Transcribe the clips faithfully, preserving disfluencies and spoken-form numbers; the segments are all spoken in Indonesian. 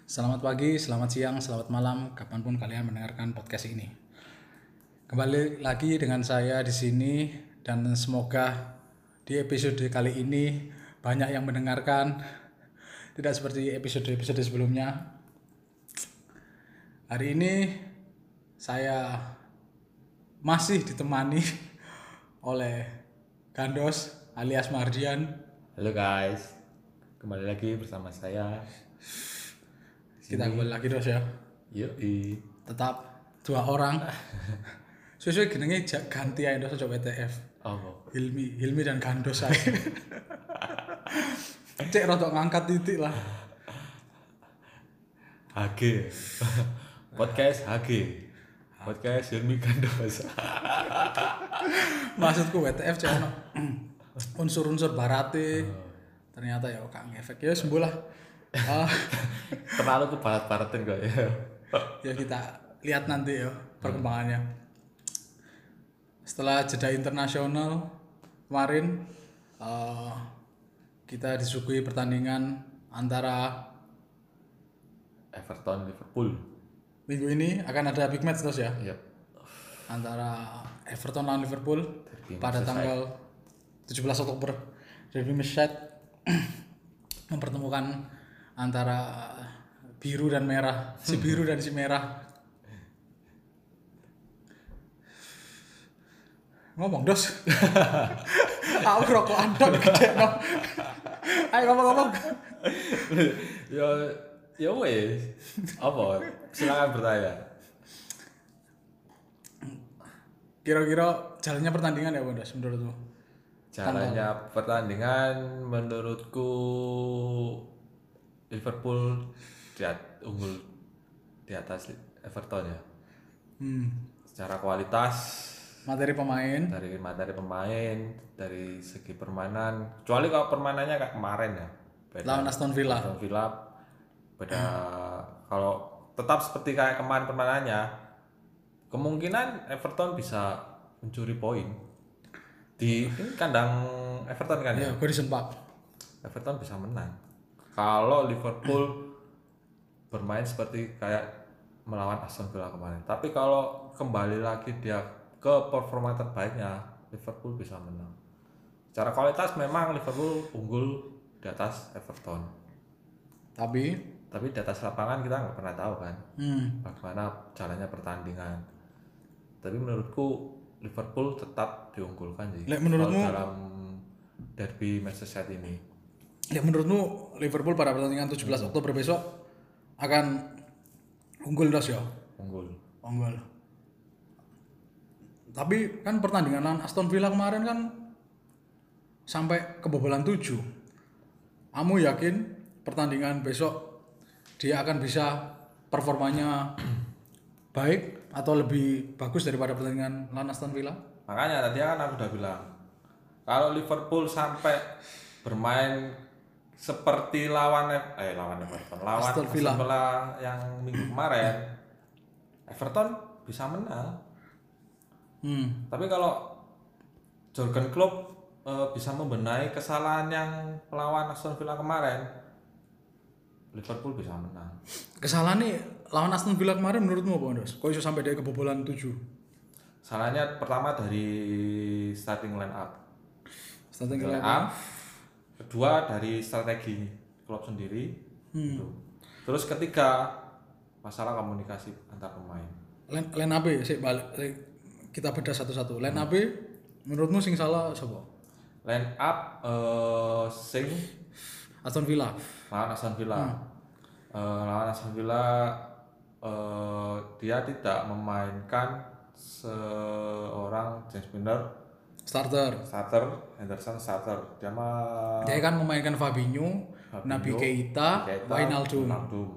Selamat pagi, selamat siang, selamat malam, kapanpun kalian mendengarkan podcast ini. Kembali lagi dengan saya di sini dan semoga di episode kali ini banyak yang mendengarkan, tidak seperti episode-episode sebelumnya. Hari ini saya masih ditemani oleh Gandos alias Mardian. Halo guys, kembali lagi bersama saya. Kita kembali lagi Dos ya. Yoi. Tetap dua orang. Sesuai jenenge ganti aja Dos coba W T F. Oh, Hilmi, Hilmi dan Gandos saya. Cek rotok ngangkat titik lah. H G. Podcast H G. Podcast Hilmi Gandos. Maksudku W T F cek ono unsur-unsur barate. Ternyata ya gak ngefek ya sembuh lah. Ah, Terlalu ke barat-baratin kok ya. ya kita lihat nanti ya perkembangannya. Setelah jeda internasional kemarin eh, kita disuguhi pertandingan antara Everton Liverpool. minggu ini akan ada big match terus ya Yap. antara Everton lawan Liverpool Derby pada Merseyside. tanggal tujuh belas Oktober. Derby Merseyside mempertemukan antara biru dan merah, si biru dan si merah. Ngomong Dos. Aku rokok andon gede no. Ayo ngomong-ngomong. Ya, ya wes. Apa? Silakan bertanya. Kira-kira jalannya pertandingan ya Dos menurutmu? Caranya pertandingan menurutku Liverpool di at- unggul di atas Everton ya. Hmm. Secara kualitas Materi pemain. dari materi pemain, dari segi permainan, kecuali kalau permainannya kayak kemarin ya. Beda. Lawan Aston Villa. Aston Villa beda. Kalau tetap seperti kayak kemarin permainannya, kemungkinan Everton bisa mencuri poin di ini kandang Everton kan ya. Ya, Goodison Park. Everton bisa menang. Kalau Liverpool bermain seperti kayak melawan Aston Villa kemarin. Tapi kalau kembali lagi dia ke performa terbaiknya, Liverpool bisa menang. Secara kualitas memang Liverpool unggul di atas Everton. Tapi Tapi di atas lapangan kita nggak pernah tahu kan hmm, bagaimana jalannya pertandingan. Tapi menurutku Liverpool tetap diunggulkan sih. Lek menurutmu- kalau dalam derby Merseyside ini. ya menurutmu Liverpool pada pertandingan tujuh belas Oktober besok akan unggul Dos ya? Unggul. Unggul. Tapi kan pertandingan lawan Aston Villa kemarin kan sampai kebobolan tujuh. Kamu yakin pertandingan besok dia akan bisa performanya baik atau lebih bagus daripada pertandingan lawan Aston Villa? Makanya tadi kan aku udah bilang, kalau Liverpool sampai bermain seperti lawan eh lawan Everton, lawan Aston Aston Villa. Villa yang minggu kemarin, Everton bisa menang. Hmm. Tapi kalau Jurgen Klopp eh, bisa membenahi kesalahan yang melawan Aston Villa kemarin, Liverpool bisa menang. Kesalahan nih lawan Aston Villa kemarin menurutmu apa, Dos? Kok bisa sampai dia kebobolan tujuh? Salahnya pertama dari starting line up. Starting Line line up. Kedua dari strategi klub sendiri. Gitu. Terus ketiga masalah komunikasi antar pemain. Line, line A B sih balik sik, kita bedah satu-satu. Line A B menurutmu sing salah siapa? Line up eh, sing Aston Villa. lawan Aston Villa. Eh, lawan Aston Villa eh, dia tidak memainkan seorang James Milner Starter. starter, Henderson starter. Dia mah Dia kan memainkan Fabinho, Fabinho, Naby Keita, Keita, Wijnaldum. Wijnaldum.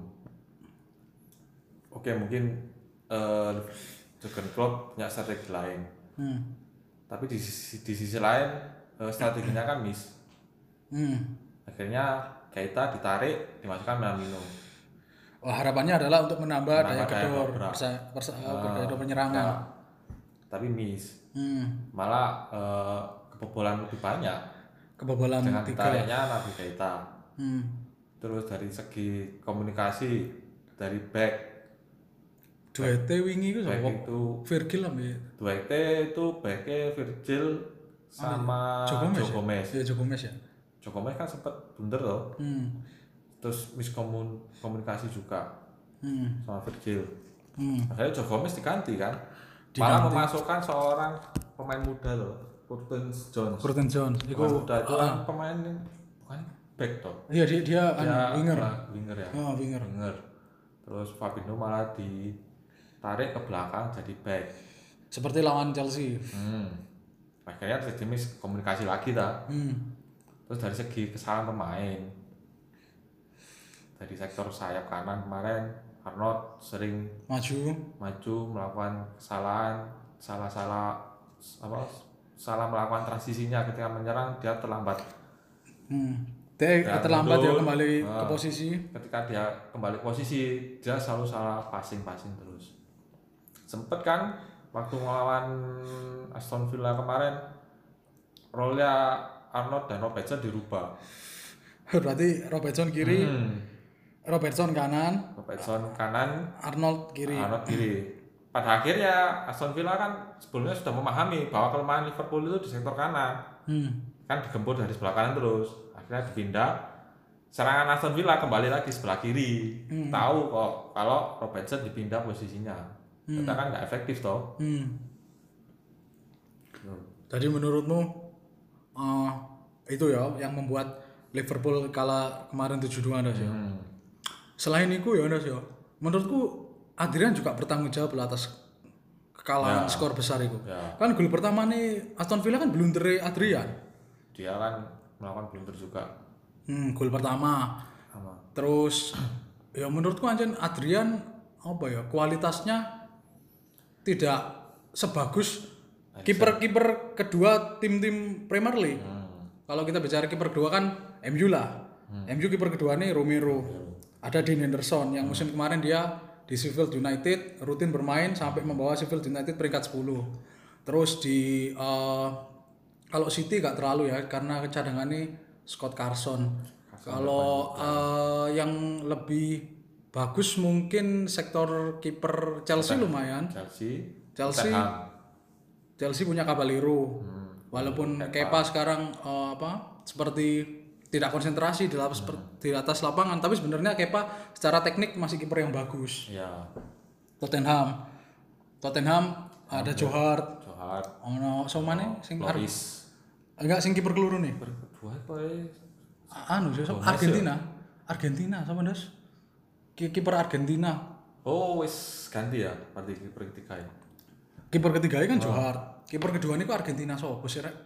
Oke, mungkin eh Jurgen Klopp punya strategi lain. Hmm. Tapi di sisi, di sisi lain eh, strateginya kan miss. Hmm. Akhirnya Keita ditarik, dimasukkan Minamino. Wah, harapannya adalah untuk menambah, daya Menambah daya gedor, dobrak. persa, persa, Ah, daya gedor penyerangan. nah, tapi miss. Hmm. Malah eh, kebobolan lebih banyak Kebobolan dengan tiga. ditariknya Naby Keita. Hmm. Terus dari segi komunikasi dari back. Duete wingi iku Back sapa? itu Virgil ambek Duete itu backnya Virgil sama Joe Gomez. Joe Gomez. Ya, Joe Gomez ya. Joe Gomez kan sempat blunder loh. Hmm. Terus miskomunikasi juga Hmm. sama Virgil. Hmm. Akhirnya Joe Gomez diganti kan. Diganti. Malah memasukkan seorang pemain muda loh, Curtin Jones. Curtin Jones. Pemain Iku muda itu kan pemain bukan back toh. iya dia dia anu, Dia winger. lah, winger ya. Oh, winger. Winger. Terus Fabinho malah ditarik ke belakang jadi back. Seperti lawan Chelsea. Hmm. Akhirnya terjadi komunikasi lagi dah. Hmm. Terus dari segi kesalahan pemain, dari sektor sayap kanan kemarin Arnold sering Maju. maju melakukan kesalahan, salah-salah apa salah melakukan transisinya ketika menyerang dia terlambat. Hmm. Dia Ya, terlambat dia mundur. kembali Nah. ke posisi. Ketika dia kembali ke posisi, dia selalu salah passing-passing terus. Sempet kan waktu melawan Aston Villa kemarin, role-nya Arnold dan Robertson dirubah. Berarti Robertson kiri, Hmm. Robertson kanan, Robertson kanan, Arnold kiri. Arnold kiri. Pada akhirnya Aston Villa kan sebelumnya sudah memahami bahwa kelemahan Liverpool itu di sektor kanan. Hmm. Kan digempur dari sebelah kanan terus. Akhirnya dipindah. Serangan Aston Villa kembali lagi sebelah kiri. Hmm. Tahu kok kalau Robertson dipindah posisinya. Hmm. Kita kan nggak efektif toh. Hmm. Hmm. Jadi menurutmu eh, itu ya yang membuat Liverpool kalah kemarin tujuh dua Ndas ya. Hmm. Selain itu ya Ndas ya. Menurutku Adrian juga bertanggung jawab lah atas kekalahan Ya. skor besar itu. Ya. Kan gol pertama nih Aston Villa kan blunder Adrian. Dia kan melakukan blunder juga. Hmm, gol pertama. Sama. Terus ya menurutku anjir Adrian apa ya kualitasnya tidak sebagus kiper-kiper kedua tim-tim Premier League. Hmm. Kalau kita bicara kiper kedua kan M U lah. M U kiper kedua nih Romero. Ada Dean Henderson yang musim kemarin dia di Sheffield United rutin bermain sampai membawa Sheffield United peringkat sepuluh. Terus di eh, kalau City gak terlalu ya karena cadangannya Scott Carson. Kalau eh, yang lebih bagus mungkin sektor kiper Chelsea lumayan. Chelsea. Chelsea Tottenham. Chelsea punya Caballero. Hmm. Walaupun Kepa sekarang eh, apa seperti tidak konsentrasi di atas di atas lapangan, tapi sebenarnya Kepa secara teknik masih kiper yang bagus. Ya. Tottenham. Tottenham ada Joe Hart, Johar. ono somane sing ar- Loris. enggak sing kiper keluru nih. Kedua koe Anu sih Gomez Argentina. Argentina sama Ndas. Ki- Kiper Argentina. oh wis ganti ya berarti kiper ketiga ya. Kiper ketiga kan Joe Hart. Kiper kedua ini kok Argentina sopo sih rek?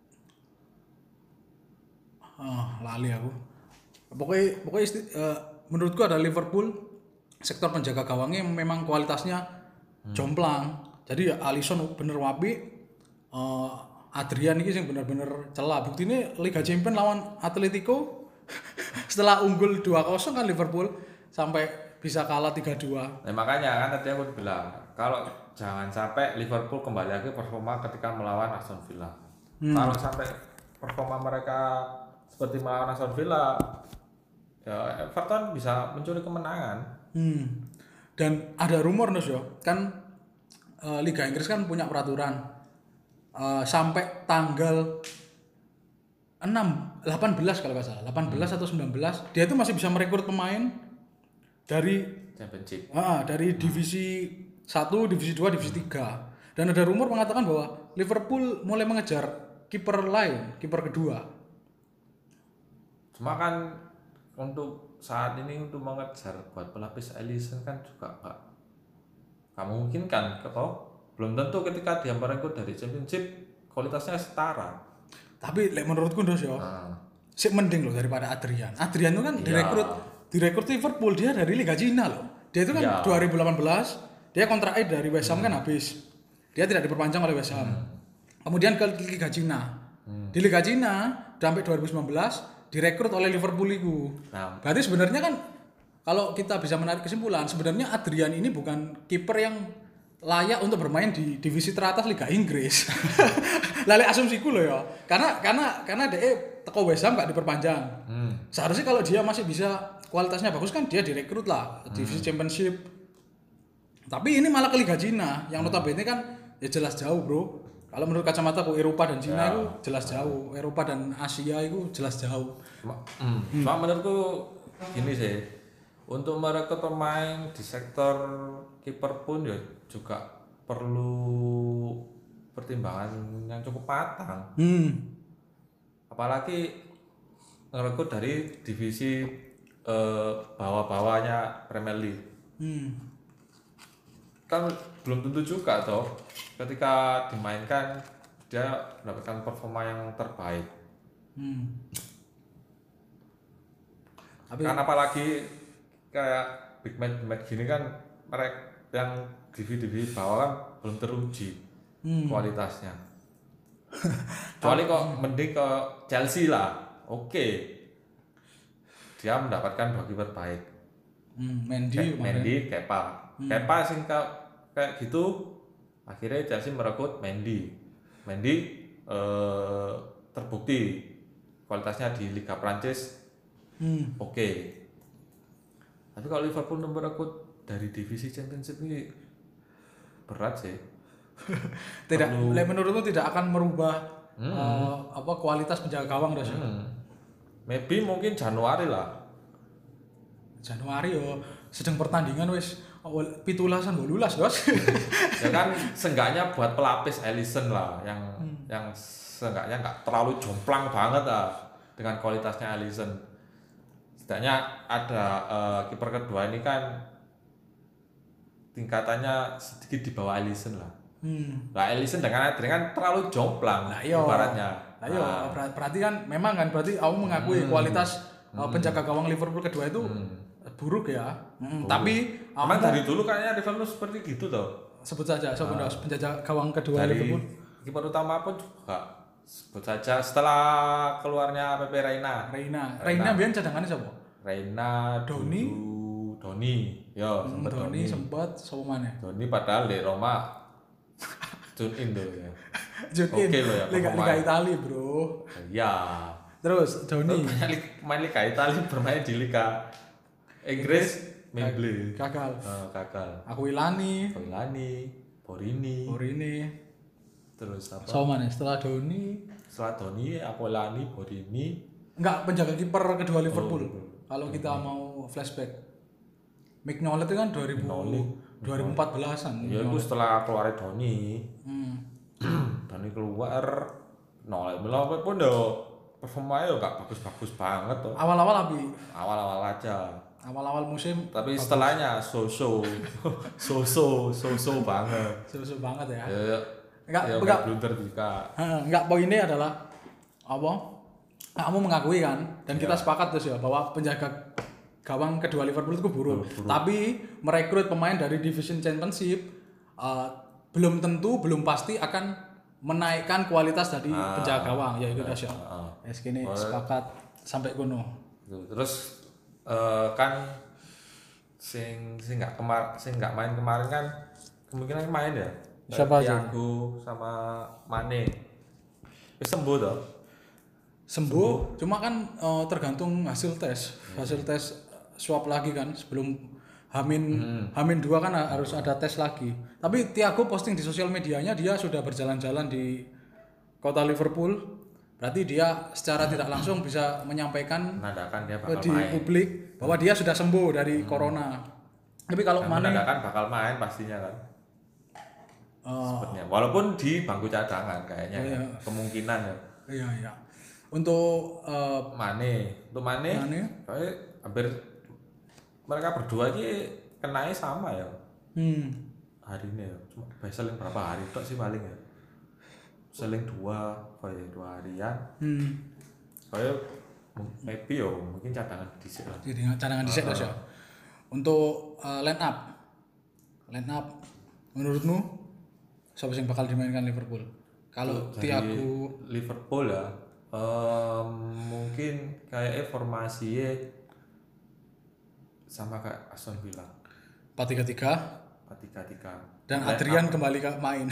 Ah, lali aku. Pokoknya pokoknya isti- eh, menurutku ada Liverpool sektor penjaga gawangnya yang memang kualitasnya jomplang. Jadi ya Alisson bener wapi. eh, Adrian ini yang bener-bener celah. Buktinya Liga Champions lawan Atletico setelah unggul dua kosong kan Liverpool sampai bisa kalah tiga dua. Nah, makanya kan tadi aku bilang kalau jangan sampai Liverpool kembali lagi performa ketika melawan Aston Villa. Kalau sampai performa mereka seperti melawan Aston Villa, ya Everton bisa mencuri kemenangan. Hmm. Dan ada rumor Nus yo, kan eh, Liga Inggris kan punya peraturan eh, sampai tanggal enam, delapan belas kalau nggak salah, delapan belas atau sembilan belas dia itu masih bisa merekrut pemain dari Championship. ah, dari divisi satu, divisi dua, divisi tiga. Dan ada rumor mengatakan bahwa Liverpool mulai mengejar kiper lain, kiper kedua. Cuma kan untuk saat ini untuk mengejar buat pelapis Alisson kan juga nggak nggak mungkin kan, atau belum tentu ketika dia merekrut dari Championship kualitasnya setara. Tapi like, menurutku Ndos yo, Nah, sih mending loh daripada Adrian. Adrian itu kan Iya. direkrut direkrut Liverpool, dia dari Liga Cina loh. Dia itu kan Iya. dua ribu delapan belas dia kontraknya dari West Ham kan habis. Dia tidak diperpanjang oleh West Ham. Kemudian ke Liga Cina. Di Liga Cina sampai dua ribu sembilan belas direkrut oleh Liverpool itu. nah Berarti sebenarnya kan kalau kita bisa menarik kesimpulan, sebenarnya Adrian ini bukan kiper yang layak untuk bermain di divisi teratas Liga Inggris. Lale asumsiku loh ya. Karena karena karena dia teko West Ham nggak diperpanjang. Hmm. Seharusnya kalau dia masih bisa kualitasnya bagus kan dia direkrut lah divisi Hmm. Championship. Tapi ini malah ke Liga Cina yang notabene kan ya jelas jauh bro. Kalau menurut kacamata ku Eropa dan Cina Ya. itu jelas jauh. Eropa dan Asia itu jelas jauh. Cuma, hmm. Cuma menurutku gini sih, untuk merekrut pemain di sektor kiper pun ya juga perlu pertimbangan yang cukup matang. Hmm. Apalagi ngerekrut dari divisi eh, bawah-bawahnya Premier League. Hmm. Kan belum tentu juga toh ketika dimainkan dia mendapatkan performa yang terbaik. Hmm. Tapi Kan apalagi kayak big match big match gini kan mereka yang divisi-divisi bawah kan belum teruji Hmm. kualitasnya. Kecuali kok mending ke Chelsea lah, oke. Dia mendapatkan dua kiper baik. hmm, Mendy Kayak kemarin. Mendy, Kepa. Kepa sing ka- kayak gitu akhirnya Chelsea merekrut Mendy. Mendy eh, terbukti kualitasnya di Liga Prancis Hmm. oke. Tapi kalau Liverpool merekrut dari divisi Championship ini berat sih. Tidak, Perlu- le- menurutmu tidak akan merubah Hmm. eh, apa kualitas penjaga gawang das ya? Hmm. Maybe mungkin Januari lah. Januari yo sedang pertandingan wis awal pitulasan bolulas dos. Ya kan seenggaknya buat pelapis Alisson lah yang yang seenggaknya nggak terlalu jomplang banget lah dengan kualitasnya Alisson. Setidaknya ada eh, kiper kedua ini kan tingkatannya sedikit di bawah Alisson lah. hmm. Lah Alisson dengan Adrian kan terlalu jomplang Lah iya. ibaratnya. Lah iya, Nah, ber- berarti kan memang kan berarti aku mengakui Hmm. kualitas uh, penjaga gawang Liverpool kedua itu buruk ya. Hmm, Tapi Emang aku dari dulu kayaknya Liverpool seperti gitu toh. sebut saja sebut saja penjaga gawang kedua Dari Liverpool. kiper utama pun juga sebut saja setelah keluarnya Pepe Reina. Reina. Reina biyen cadangannya siapa? Reina, Doni? dulu Doni, yo Hmm, sempet Doni Doni. sempat sapa maneh? Doni padahal di Roma tune in tuh ya. Jukin Oke loh ya, Liga pemain. Liga Italia, Bro. Ya, Terus Doni banyak li- pemain Liga Italia bermain di Liga Inggris, Memble, gagal. uh, gagal. Aquilani, Koilani, Borini, Borini. terus apa? Sapa maneh setelah Doni? Setelah Doni, Aquilani, Borini, Enggak, penjaga kiper kedua Liverpool. Liverpool. Kalau kita mau flashback. Mignolet itu kan dua ribu Mignolet. dua ribu empat belasan. ya itu setelah keluar Doni. Hmm. Doni keluar, nol, belum pun do performanya yo gak bagus-bagus banget tuh. Awal-awal abi, Awal-awal aja. awal-awal musim Tapi setelahnya so-so, so-so, so-so banget. seru-seru banget ya. Ya, Enggak, ya, enggak. kayak blunder juga. Heeh, enggak poinnya adalah apa? Kamu mengakui kan dan kita sepakat terus ya bahwa penjaga gawang kedua Liverpool itu buruk. Buruk. Tapi merekrut pemain dari Division Championship uh, belum tentu, belum pasti akan menaikkan kualitas dari Ah, penjaga gawang ya itu ah, ya. ah. Es kini Oh. sepakat sampai kono. Tuh, terus eh, kan sing sing nggak kemar sing nggak main kemarin kan kemungkinan main ya. Siapa aja? Thiago sama Mane. Wis sembuh toh. Sembuh, cuma kan uh, tergantung hasil tes. Hasil tes swab lagi kan sebelum Hamin Hamin dua kan ha- harus ada tes lagi. Tapi Thiago posting di sosial medianya dia sudah berjalan-jalan di kota Liverpool. Berarti dia secara tidak langsung bisa menyampaikan Menandakan dia eh, bakal di main. publik bahwa dia sudah sembuh dari corona. Tapi kalau Dan Mane menandakan bakal main pastinya kan. eh, Sepertinya. Walaupun di bangku cadangan kayaknya Oh, iya. kan. Kemungkinan ya. iya iya. Untuk eh, Mane, untuk Mane, Mane? kayak hampir mereka berdua ini kenanya sama ya hmm, hari ini ya. Cuma biasa seling berapa hari tok sih paling ya. Seling dua, kayak dua harian. hmm. Kayak m- maybe yo mungkin cadangan dhisik lah. Jadi cadangan dhisik Mas, ya. Untuk uh, line up. Line up menurutmu siapa yang bakal dimainkan Liverpool? Kalau Dari Thiago Liverpool ya, em, mungkin kayaknya formasinya sama kayak Aston Villa. empat tiga tiga empat tiga tiga. Dan Adrian kembali ke main.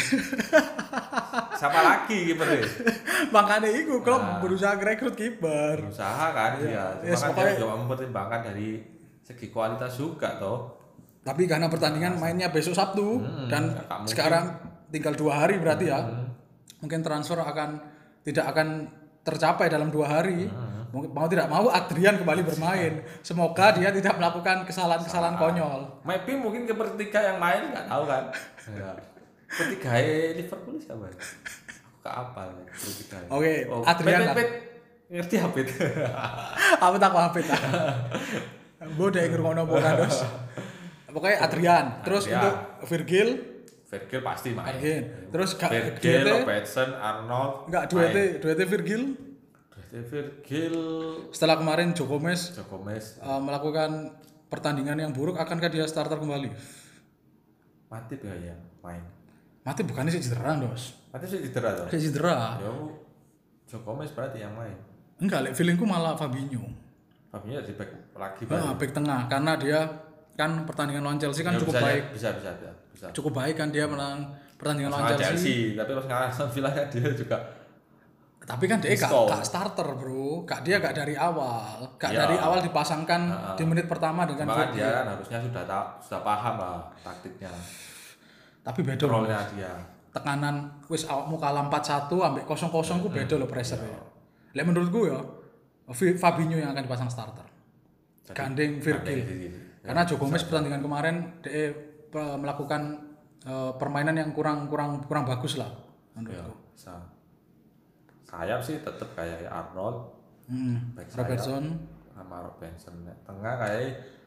Siapa lagi kipernya? Makanya itu klub Nah. berusaha rekrut kiper. Berusaha kan dia. Ya, Cuma kan pokoknya- dia juga mempertimbangkan dari segi kualitas juga toh. Tapi karena pertandingan mainnya besok Sabtu Hmm, dan nggak mungkin. sekarang tinggal dua hari berarti ya. Hmm. Mungkin transfer akan tidak akan tercapai dalam dua hari. Hmm. Mungkin mau tidak mau Adrian kembali bermain. Semoga dia tidak melakukan kesalahan-kesalahan konyol. Maybe mungkin kiper ketiga yang main nggak tahu kan. Ya. Ketiga Liverpool siapa? Aku nggak apal ya ketiga. Oke, Adrian Pet, lah. Pet, ngerti apa itu? Apa tak apa tak. Bodoh yang ngrungokno apa Dos. Pokoknya Adrian. Terus Adrian. untuk Virgil, Virgil pasti main. Virgil. Terus gak Virgil, duete, Robertson, Arnold. enggak duete, duete Virgil. Duete Virgil, Setelah kemarin Joe Gomez Joe Gomez, uh, melakukan pertandingan yang buruk, akankah dia starter kembali? Matip ya ya main. Mati bukannya sih cedera, Dos. Matip sih cedera tuh. Sih cedera. Ya Joe Gomez berarti yang main. Enggak, lek feelingku malah Fabinho. Fabinho di back lagi Nah, back tengah karena dia kan pertandingan lawan Chelsea kan Ya, cukup bisa, baik. Bisa bisa bisa. bisa. Cukup baik kan dia menang pertandingan lawan Sama Chelsea. Chelsea, tapi pas ngalahin Aston Villa dia juga Tapi kan dia gak, Install. gak starter, Bro. Gak dia gak dari awal. Gak Iya. dari awal dipasangkan Heeh. di menit pertama dengan Maka Virgil. dia kan harusnya sudah tahu, sudah paham lah taktiknya, Tapi beda loh. role-nya dia. Tekanan wis awakmu kalah empat satu ambek kosong kosong ku beda loh pressure Iya. ya. Lek menurutku ya Vi- Fabinho yang akan dipasang starter. Jadi, Gandeng Virgil. Gandeng Virgil. Karena Joe Gomez pertandingan kemarin dia pe- melakukan eh, permainan yang kurang kurang kurang bagus lah Ya, menurutku. bisa. Sayap sih tetap kayak Arnold, Hmm. back sayap. Robertson. Sama Robertson. Tengah kayak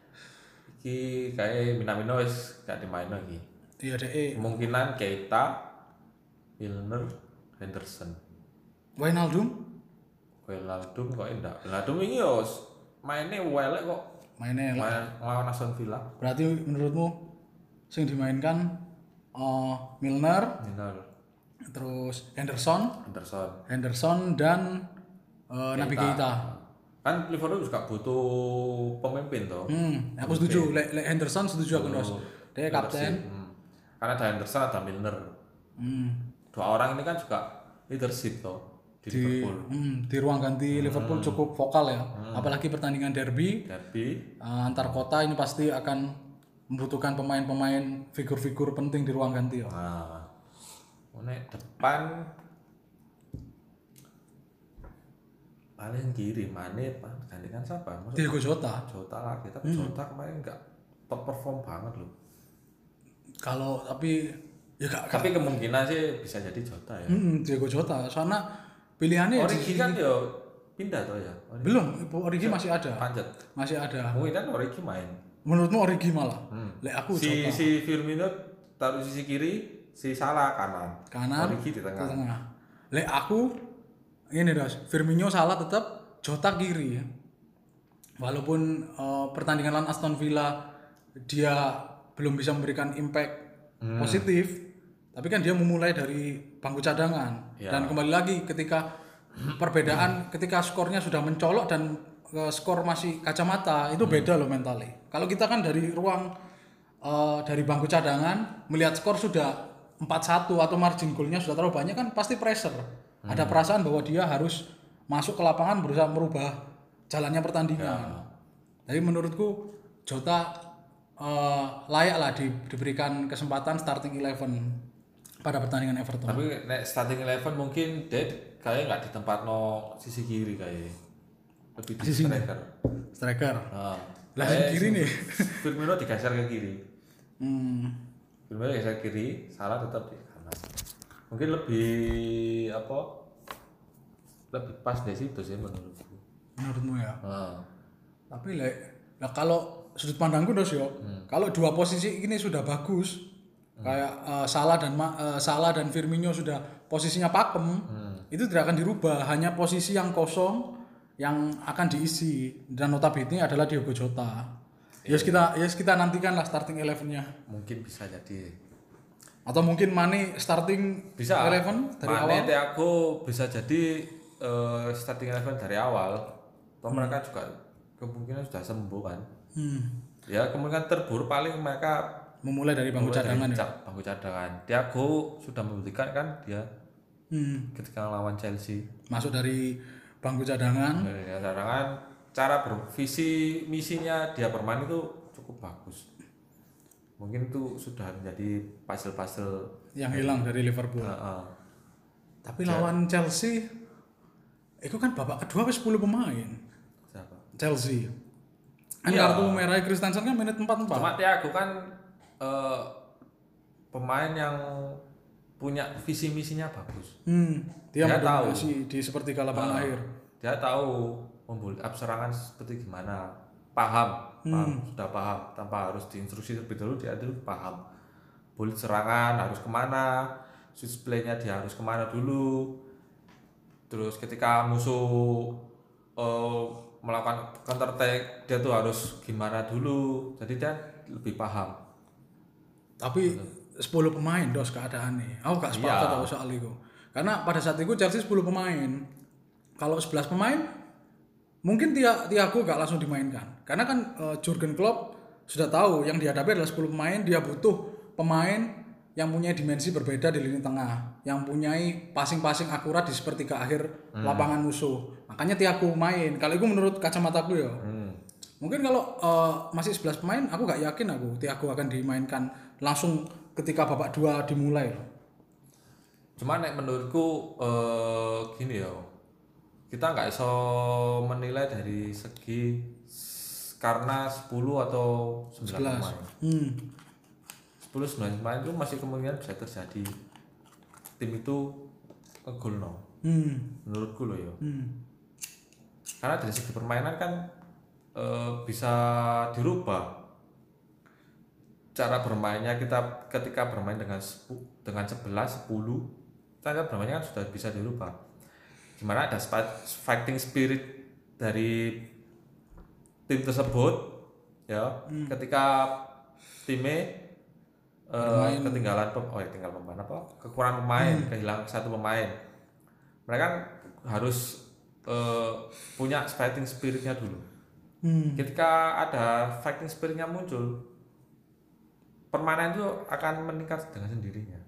iki kayak Minamino wis gak dimain lagi. Iya deh. Kemungkinan Keita, Milner, Henderson. Wijnaldum Wijnaldum kok enggak. Wijnaldum ini yo mainnya welek kok. mainnya lah. Main lawan Aston Villa. Berarti menurutmu sing dimainkan eh, Milner, Milner, terus Henderson, Henderson. Henderson dan eh, Nabi Keita. Kan Liverpool juga butuh pemimpin toh. Hmm, aku setuju. Lek Lek Henderson setuju aku Dos. Dia kapten. Hmm. Karena ada Henderson ada Milner. Hmm. Dua orang ini kan juga leadership toh di, Di Liverpool. hmm, di ruang ganti Liverpool cukup vokal ya. Apalagi pertandingan derby Derby, eh, antar kota ini pasti akan membutuhkan pemain-pemain figur-figur penting di ruang ganti ya. nah, nek depan paling kiri Mane gantikan siapa? Maksud Diego Jota. Jota lagi, tapi Jota kemarin nggak top perform banget loh. Kalau tapi ya gak, gak Tapi kemungkinan sih bisa jadi Jota ya. Hmm, Diego Jota. Soalnya pilihannya di- Origi kan ya pindah toh ya. Origi belum, Origi masih ada. panjat. Masih ada. Mungkin kan Origi main. Menurutmu Origi malah? Hmm. Lek aku si Jota. si Firmino taruh sisi kiri, si Salah kanan. Kanan, Origi di di tengah. tengah. Lek aku ini Dos, Firmino salah tetap, Jota kiri. Walaupun eh, pertandingan lawan Aston Villa dia belum bisa memberikan impact Hmm. positif, tapi kan dia memulai dari bangku cadangan. Ya. Dan kembali lagi ketika perbedaan ketika skornya sudah mencolok dan eh, skor masih kacamata, itu beda loh mentalnya. Kalau kita kan dari ruang eh, dari bangku cadangan melihat skor sudah empat satu atau margin goalnya sudah terlalu banyak kan pasti pressure. Ada perasaan bahwa dia harus masuk ke lapangan berusaha merubah jalannya pertandingan. Jadi menurutku Jota eh, layak lah di- diberikan kesempatan starting eleven pada pertandingan Everton. Tapi nek starting eleven mungkin dia kayak nggak di tempat no sisi kiri kayak lebih di Sisi- striker. Striker. Nah, Lah, kayak kiri si- nih. Firmino digeser ke kiri. Hmm. Firmino geser kiri, Salah tetap di kanan. Mungkin lebih apa? Lebih pas dari situ sih menurutku. Menurutmu ya. Nah, Tapi like, nah kalau sudut pandangku Dos yo, kalau dua posisi ini sudah bagus, kayak eh, Salah dan Ma- eh, Salah dan Firmino sudah posisinya pakem, itu tidak akan dirubah. Hanya posisi yang kosong yang akan diisi dan notabene adalah Diogo Jota. Yes kita, yes kita nantikan lah starting eleven-nya. mungkin bisa jadi Atau mungkin Mane starting bisa eleven dari Mane, awal. Thiago bisa jadi eh, starting eleven dari awal. Toh mereka juga kemungkinan sudah sembuh kan. Hmm. Ya kemungkinan terburuk paling mereka memulai dari bangku Mulai cadangan dari ya. ca- bangku cadangan. Thiago sudah membuktikan kan dia Hmm. ketika lawan Chelsea. Masuk dari bangku cadangan. Dari cadangan, cara bervisi misinya dia bermain itu cukup bagus. Mungkin itu sudah menjadi puzzle-puzzle yang hilang dari Liverpool. Heeh. Tapi lawan Chelsea itu kan babak kedua wis sepuluh pemain. Siapa? Chelsea. Kan Iya. kartu merah Christensen kan menit empat puluh empat. Cuma Thiago kan eh, pemain yang punya visi misinya bagus. Hmm, dia, Dia mendominasi di sepertiga lapangan Ah, akhir. Dia tahu membuild up serangan seperti gimana, paham, paham sudah paham tanpa harus diinstruksi terlebih dahulu dia dulu paham. Build serangan harus kemana, switch play-nya dia harus kemana dulu. Terus ketika musuh eh, melakukan counter attack dia tuh harus gimana dulu. Jadi dia lebih paham. Tapi sepuluh pemain dos keadaannya. Aku gak sepakat Iya. aku soal itu. Karena pada saat itu Chelsea sepuluh pemain. Kalau sebelas pemain mungkin Tia- Thiago gak langsung dimainkan. Karena kan eh, Jurgen Klopp sudah tahu yang dihadapi adalah sepuluh pemain, dia butuh pemain yang punya dimensi berbeda di lini tengah, yang punya passing-passing akurat di sepertiga akhir lapangan musuh. Makanya Thiago main. Kalau itu menurut kacamataku ya. Hmm. Mungkin kalau eh, masih sebelas pemain, aku gak yakin aku Thiago akan dimainkan langsung ketika babak dua dimulai loh. Cuma nek menurutku eh, gini ya, kita nggak iso menilai dari segi s- karena sepuluh atau sembilan sebelas. pemain. Hmm. sepuluh sembilan pemain itu masih kemungkinan bisa terjadi tim itu ngegol no. Hmm. Menurutku loh ya. Hmm. Karena dari segi permainan kan eh, bisa dirubah. Cara bermainnya kita ketika bermain dengan sepu- dengan sebelas, sepuluh, cara bermainnya kan sudah bisa dirubah. Gimana ada spa- fighting spirit dari tim tersebut ya. Ketika timnya eh, ketinggalan pem- oh ya tinggal pemain apa? Kekurangan pemain, kehilangan satu pemain. Mereka kan harus eh, punya fighting spiritnya dulu. Hmm. Ketika ada fighting spiritnya muncul, permainan itu akan meningkat dengan sendirinya.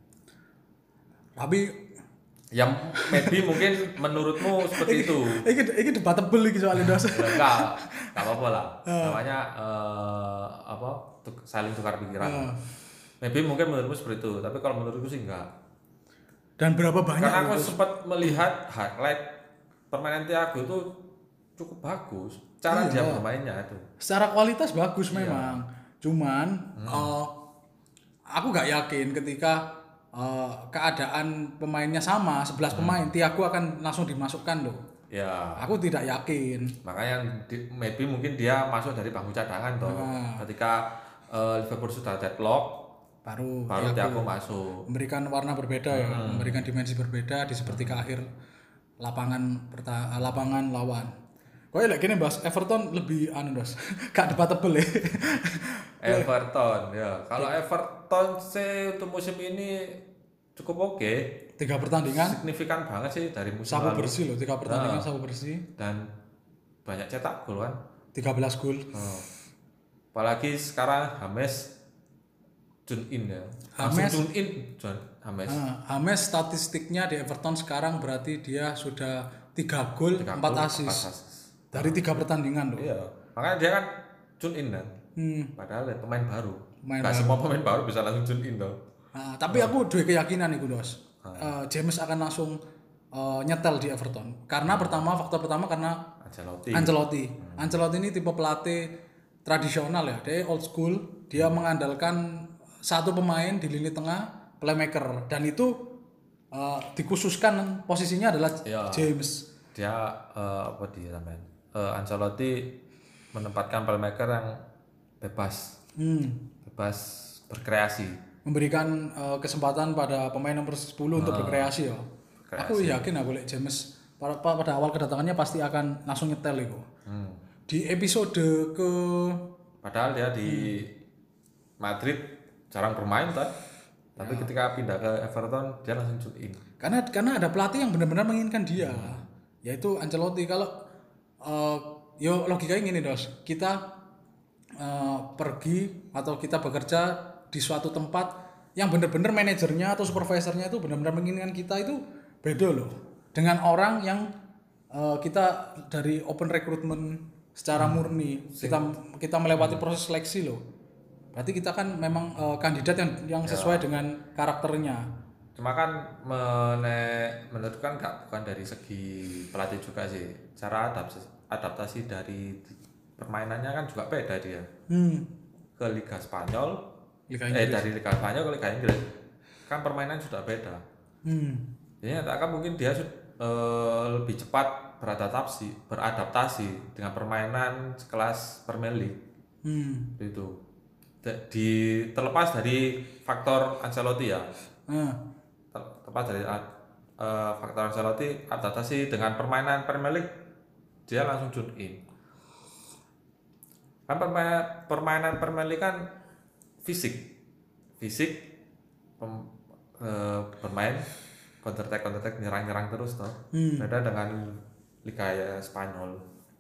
Tapi Yang maybe mungkin menurutmu seperti itu. ini ini debatable iki soalnya dos. Ya, enggak, enggak apa-apa lah. Namanya eh, apa? tuk- saling tukar pikiran. Maybe mungkin menurutmu seperti itu, tapi kalau menurutku sih enggak. Dan berapa banyak? Karena aku Dos? sempat melihat highlight permainan Thiago itu cukup bagus. Cara dia bermainnya itu. Secara kualitas bagus memang. Cuman eh, aku gak yakin ketika eh, keadaan pemainnya sama sebelas pemain, Thiago akan langsung dimasukkan loh. Ya, Aku tidak yakin. makanya di- maybe mungkin dia masuk dari bangku cadangan toh. Ketika eh, Liverpool sudah deadlock, Baru baru Thiago masuk. memberikan warna berbeda ya, memberikan dimensi berbeda di sepertiga akhir lapangan perta- lapangan lawan. Kok ya gini bahas Everton lebih anu dos, gak debatable ya. Everton ya. Kalau Everton sih untuk musim ini cukup oke. Tiga pertandingan, Signifikan banget sih dari musim sabu lalu bersih loh, tiga pertandingan sabu bersih, dan banyak cetak gol kan. tiga belas gol. Oh. Apalagi sekarang James tune in ya. James. Langsung tune in John James. Nah, James statistiknya di Everton sekarang berarti dia sudah tiga gol, Tiga empat gol, assist empat assist. dari tiga pertandingan loh. Iya. Makanya dia kan tune in kan. Hmm. Padahal ya pemain baru. Pemain Gak semua pemain baru bisa langsung tune in toh. Nah, tapi aku dua keyakinan nih dos. Eh, James akan langsung eh, nyetel di Everton. Karena pertama faktor pertama karena Ancelotti. Ancelotti. Ancelotti ini tipe pelatih tradisional ya. Dia old school. Dia mengandalkan satu pemain di lini tengah playmaker dan itu eh, dikhususkan posisinya adalah Iya. James. Dia eh, apa dia namanya? Eh, Ancelotti menempatkan playmaker yang bebas, Hmm. bebas berkreasi. Memberikan eh, kesempatan pada pemain nomor sepuluh untuk berkreasi ya. Aku yakin aku lihat James pada, pada awal kedatangannya pasti akan langsung nyetel itu. Hmm. Di episode ke Padahal dia di Madrid jarang bermain kan. Tapi ketika pindah ke Everton dia langsung tune in. karena karena ada pelatih yang benar-benar menginginkan dia, yaitu Ancelotti. Kalau eh, yo logikanya gini dos, kita eh, pergi atau kita bekerja di suatu tempat yang benar-benar manajernya atau supervisornya itu benar-benar menginginkan kita itu beda loh dengan orang yang uh, kita dari open recruitment secara hmm. murni kita kita melewati hmm. proses seleksi loh. Berarti kita kan memang uh, kandidat yang yang sesuai ya. Dengan karakternya. Cuma kan men- menurut kan gak bukan dari segi pelatih juga sih. Cara adaptasi, adaptasi dari permainannya kan juga beda dia. Hmm. Ke Liga Spanyol, Liga eh dari Liga Spanyol ke Liga Inggris. Kan permainan sudah beda. Hmm. Jadi kan mungkin dia uh, lebih cepat beradaptasi, beradaptasi dengan permainan sekelas Premier League. Hmm. Itu. Di terlepas dari faktor Ancelotti ya. Hmm. Tepat dari uh, faktor Ancelotti adaptasi dengan permainan Premier League dia langsung tune in kan permainan, permainan Premier League kan fisik fisik pem, uh, bermain counter attack counter attack nyerang nyerang terus toh hmm. beda dengan Liga ya, Spanyol.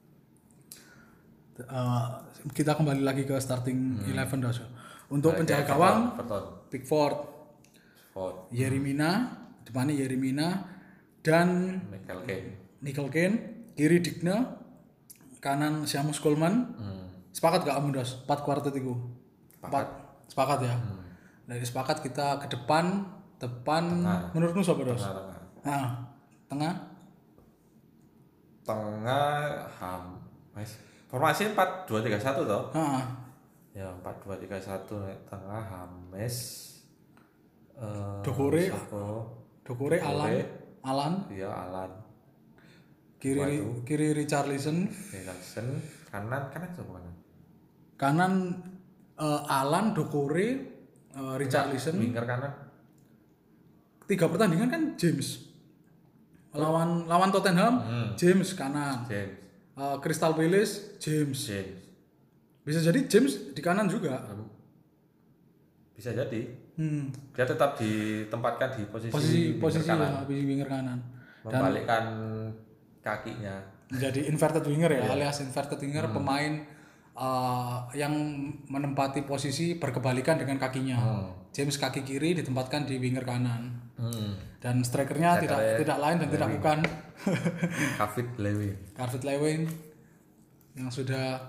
Uh, kita kembali lagi ke starting hmm. eleven dah untuk nah, penjaga gawang Pickford Yeremina, depannya Yeremina dan Michael Keane. Michael Keane, kiri Digne, kanan Seamus Coleman. Hmm. Sepakat gak kamu Das? empat kuartet itu. Sepakat. Sepakat ya. Hmm. Dari sepakat kita ke depan, depan tengah. Menurutmu siapa Das? Tengah, tengah. Nah, tengah. Tengah ham. Mas. Formasi empat dua tiga satu toh? Heeh. Ya, empat dua tiga satu tengah Hames. Uh, Dokore, Dokore, Alan, Alan, iya Alan. Kiri Waduh. Kiri Richarlison, Richarlison, kanan kanan siapa kanan? Kanan uh, Alan, Dokore, uh, Richarlison. Winger kanan. Tiga pertandingan kan James. Lawan lawan Tottenham, hmm. James kanan. James. Uh, Crystal Palace, James. James. Bisa jadi James di kanan juga. Bisa jadi. Hmm. Dia tetap ditempatkan di posisi posisi, winger posisi kanan. Ya, winger kanan. Membalikkan kakinya. Menjadi inverted winger ya, yeah. alias inverted winger hmm. pemain uh, yang menempati posisi berkebalikan dengan kakinya. Hmm. James kaki kiri ditempatkan di winger kanan. Hmm. Dan strikernya Saya tidak tidak lain dan Lewin. tidak bukan David Lewin. David Lewin yang sudah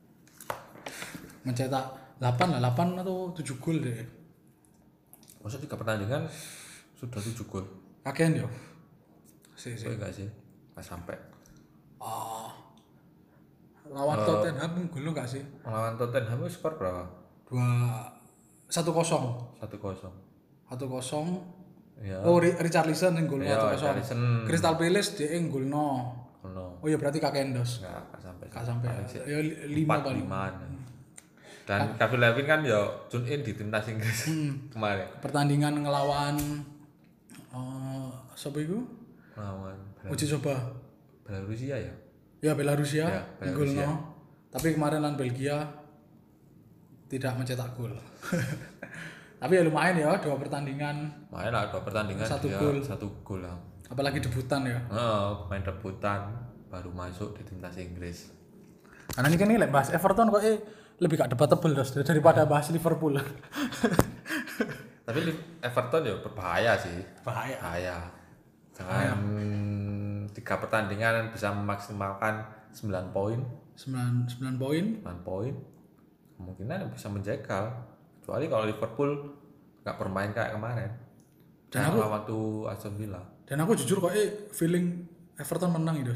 mencetak delapan lah, delapan atau tujuh gol deh. Masa tiga pertandingan sudah tujuh gol? Kakean ya? Sih sih. Enggak sih, nggak sampai. Oh. Lawan uh, Tottenham gol enggak sih? Lawan Tottenham itu skor berapa? Dua satu kosong. Satu kosong. Satu kosong. Ya. Oh Richarlison yang gol satu kosong. Crystal Palace dia yang gol no. No. Oh iya berarti kakean dos. Enggak, enggak sampai. Enggak sampai. Ya lima paling. Dan David Lewin kan ya tune in di timnas Inggris hmm. kemarin. Pertandingan ngelawan uh, siapa itu? Ngelawan uji coba Belarusia ya? Ya Belarusia, ya, Belarusia. No. Tapi kemarin lawan Belgia tidak mencetak gol. Tapi ya lumayan ya dua pertandingan. Lumayan lah dua pertandingan satu gol. Satu gol lah. Apalagi debutan ya? Oh, main debutan baru masuk di timnas Inggris. Karena ini kan ini bahas Everton kok eh lebih gak debatable daripada bahas Liverpool. Tapi Everton ya berbahaya sih. Bahaya. Bahaya. Jangan tiga pertandingan bisa memaksimalkan sembilan poin. sembilan, sembilan poin. sembilan poin. Kemungkinan bisa menjegal. Kecuali kalau Liverpool gak bermain kayak kemarin. Dan aku waktu Aston Villa. Dan aku jujur kok eh feeling Everton menang itu.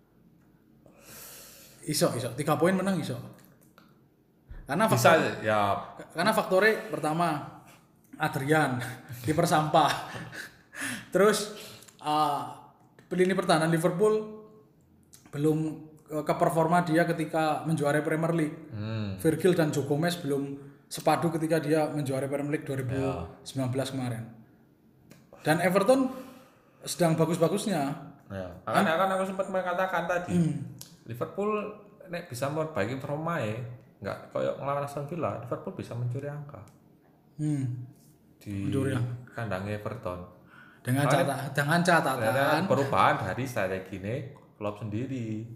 Iso, iso. tiga poin menang iso. Karena faktor, bisa ya. Karena faktornya pertama Adrian kiper sampah. Terus uh, lini pertahanan Liverpool belum uh, ke performa dia ketika menjuarai Premier League. Hmm. Virgil dan Joe Gomez belum sepadu ketika dia menjuarai Premier League dua ribu sembilan belas ya. Kemarin. Dan Everton sedang bagus-bagusnya. Ya. Kan akan aku sempat mengatakan tadi hmm. Liverpool nek bisa memperbaiki performa ya. Enggak kayak ngelawan Aston Villa, Liverpool bisa mencuri angka. Hmm. Di ya. Kandangnya Everton. Dengan catatan dengan catatan perubahan dari strategi ini klub sendiri.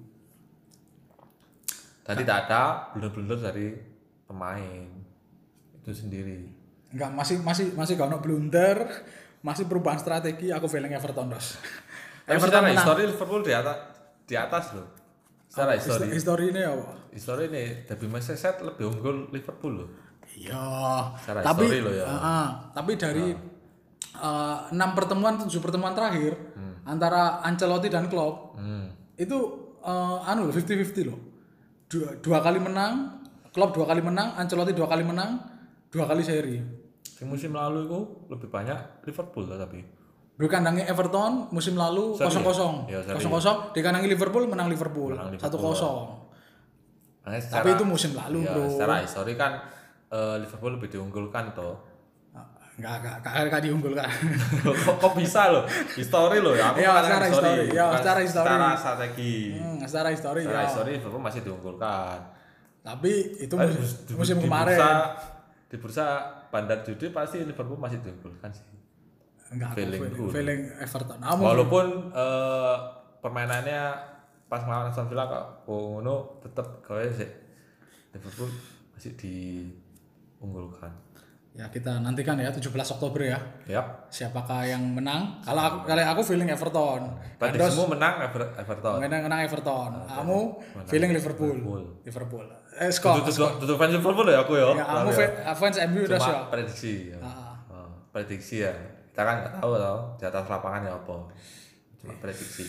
Dan tidak ada blunder-blunder dari pemain itu sendiri. Enggak, masih masih masih gak ono blunder, masih perubahan strategi, aku feeling Everton terus. Tapi Everton secara menang. histori Liverpool di atas di atas loh. Secara Apa, histori. Histori ini apa? Histori ini Derby Merseyside lebih unggul Liverpool loh. Iya. Secara Tapi histori loh ya. uh, uh, tapi dari uh, enam pertemuan tujuh pertemuan terakhir hmm. antara Ancelotti dan Klopp Hmm. itu uh, anu loh fifty fifty loh. Dua, dua kali menang, Klopp dua kali menang, Ancelotti dua kali menang, dua kali seri. Di musim lalu itu lebih banyak Liverpool lah tapi. Di kandangi Everton musim lalu Seri kosong kosong, ya? Ya, seri. kosong kosong. Di kandangi Liverpool menang Liverpool Menang Liverpool. satu kosong. Nah, Tapi itu musim lalu ya, bro. secara histori kan eh, Liverpool lebih diunggulkan toh. Enggak, enggak, enggak, enggak diunggulkan. kok, kok bisa loh? Histori loh ya. Aku Iya, kan secara histori, histori. Iya, bukan secara histori. Secara strategi. Hmm, secara histori Secara ya. histori Liverpool masih diunggulkan. Tapi itu Tapi musim, di- musim di kemarin. Bursa, di bursa bandar judi pasti Liverpool masih diunggulkan sih. Enggak, aku feeling feeling, good. feeling Everton. Kamu Walaupun eh, permainannya pas melawan Aston Villa kok ngono tetap gawe sih Liverpool masih diunggulkan. ya kita nantikan ya tujuh belas Oktober ya. Yap. Siapakah yang menang? Kalau aku kalau aku feeling Everton. Berarti Gandos semua menang Ever- Everton. menang menang Everton. Kamu feeling Liverpool. Liverpool. Liverpool. Eh skor. Tutup tutup fans Liverpool ya aku ya. Ya, kamu Tapi fa- fans M U udah Cuma siap. prediksi ya. Ah. Oh, prediksi ya. Kita kan nggak tahu tau di atas lapangan ya apa. Cuma prediksi.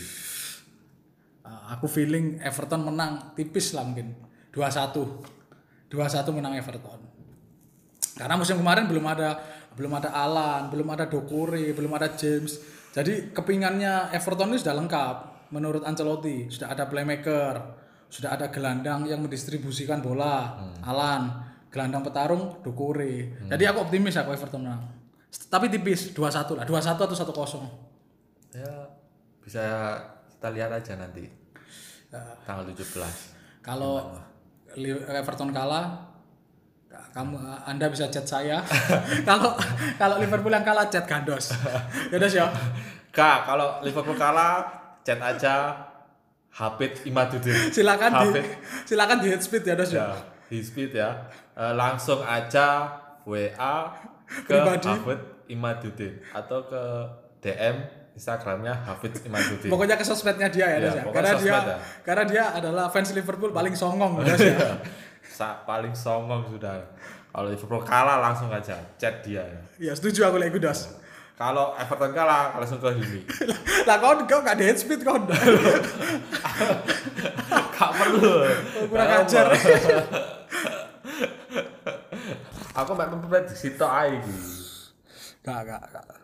Ah, aku feeling Everton menang tipis lah mungkin dua satu. dua satu menang Everton. Karena musim kemarin belum ada belum ada Alan, belum ada Doucouré, belum ada James. Jadi kepingannya Everton ini sudah lengkap menurut Ancelotti. Sudah ada playmaker, sudah ada gelandang yang mendistribusikan bola, hmm. Alan, gelandang petarung Doucouré. Hmm. Jadi aku optimis aku Everton menang. Tapi tipis dua satu lah, dua satu atau satu kosong. Ya bisa kita lihat aja nanti. Ya. Tanggal tujuh belas. Kalau Li- Everton kalah, kamu Anda bisa chat saya. Kalau kalau Liverpool yang kalah chat Gandos. Ya udah ya. Kak, kalau Liverpool kalah chat aja Hafid Imaduddin. Silakan di Hafid. silakan di head speed ya Dos ya. Ya, di speed ya. Eh, langsung aja W A ke Pribadi. Hafid Imaduddin atau ke D M Instagramnya Hafid Imaduddin. Pokoknya ke sosmednya dia ya, Ya, Dos ya. pokoknya Karena dia sosmed ya. karena dia adalah fans Liverpool paling songong Dos ya. Sa- paling songong sudah. Kalau Liverpool kalah langsung aja chat dia. Ya setuju aku lagi Dos. Kalau Everton kalah langsung ke Himi. Lah kau kau gak ada head speed kau. Gak perlu. Kurang ajar. Aku mek memprediksi tok ae iki. Gak gak gak.